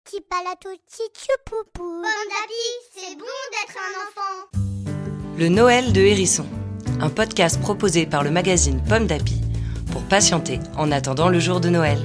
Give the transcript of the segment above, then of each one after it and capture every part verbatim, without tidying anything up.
Petit palato, petit poupou. Pomme d'Api, c'est bon d'être un enfant. Le Noël de Hérisson, un podcast proposé par le magazine Pomme d'Api pour patienter en attendant le jour de Noël.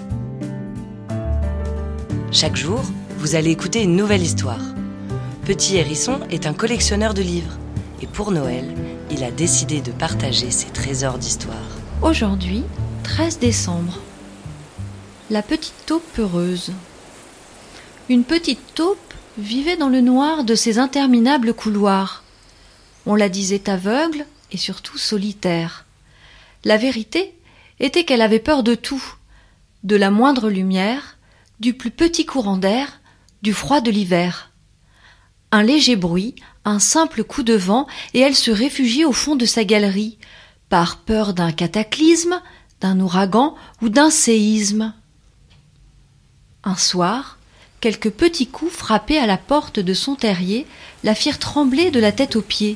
Chaque jour, vous allez écouter une nouvelle histoire. Petit Hérisson est un collectionneur de livres et pour Noël, il a décidé de partager ses trésors d'histoire. Aujourd'hui, treize décembre. La petite taupe peureuse. Une petite taupe vivait dans le noir de ces interminables couloirs. On la disait aveugle et surtout solitaire. La vérité était qu'elle avait peur de tout, de la moindre lumière, du plus petit courant d'air, du froid de l'hiver. Un léger bruit, un simple coup de vent, et elle se réfugiait au fond de sa galerie, par peur d'un cataclysme, d'un ouragan ou d'un séisme. Un soir, quelques petits coups frappés à la porte de son terrier la firent trembler de la tête aux pieds.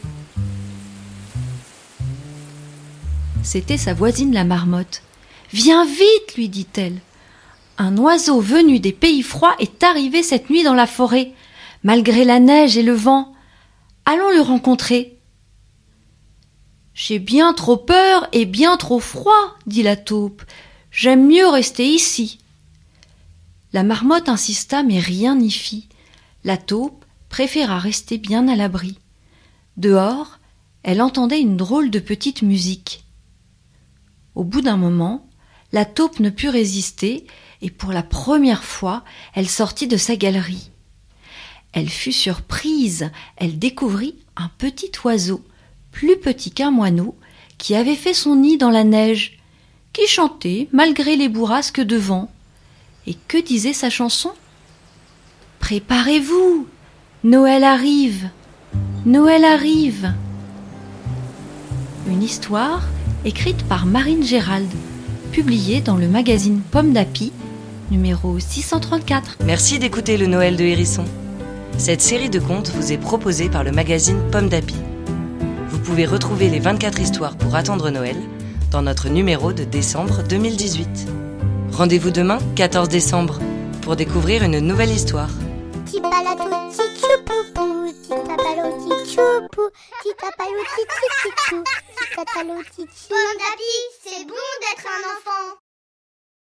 C'était sa voisine la marmotte. « Viens vite !» lui dit-elle. « Un oiseau venu des pays froids est arrivé cette nuit dans la forêt, malgré la neige et le vent. Allons le rencontrer. »« J'ai bien trop peur et bien trop froid, » dit la taupe. « J'aime mieux rester ici. » La marmotte insista, mais rien n'y fit. La taupe préféra rester bien à l'abri. Dehors, elle entendait une drôle de petite musique. Au bout d'un moment, la taupe ne put résister et pour la première fois, elle sortit de sa galerie. Elle fut surprise, elle découvrit un petit oiseau, plus petit qu'un moineau, qui avait fait son nid dans la neige, qui chantait malgré les bourrasques de vent. Et que disait sa chanson ? « Préparez-vous, Noël arrive, Noël arrive !» Une histoire écrite par Marine Gérald, publiée dans le magazine Pomme d'Api, numéro six cent trente-quatre. Merci d'écouter le Noël de Hérisson. Cette série de contes vous est proposée par le magazine Pomme d'Api. Vous pouvez retrouver les vingt-quatre histoires pour attendre Noël dans notre numéro de décembre deux mille dix-huit. Rendez-vous demain, quatorze décembre, pour découvrir une nouvelle histoire. Petit palato, petit poupou. Petit palato, petit poupou. Petit palato, petit poupou. Petit palato, petit Pomme d'Api, c'est bon d'être un enfant.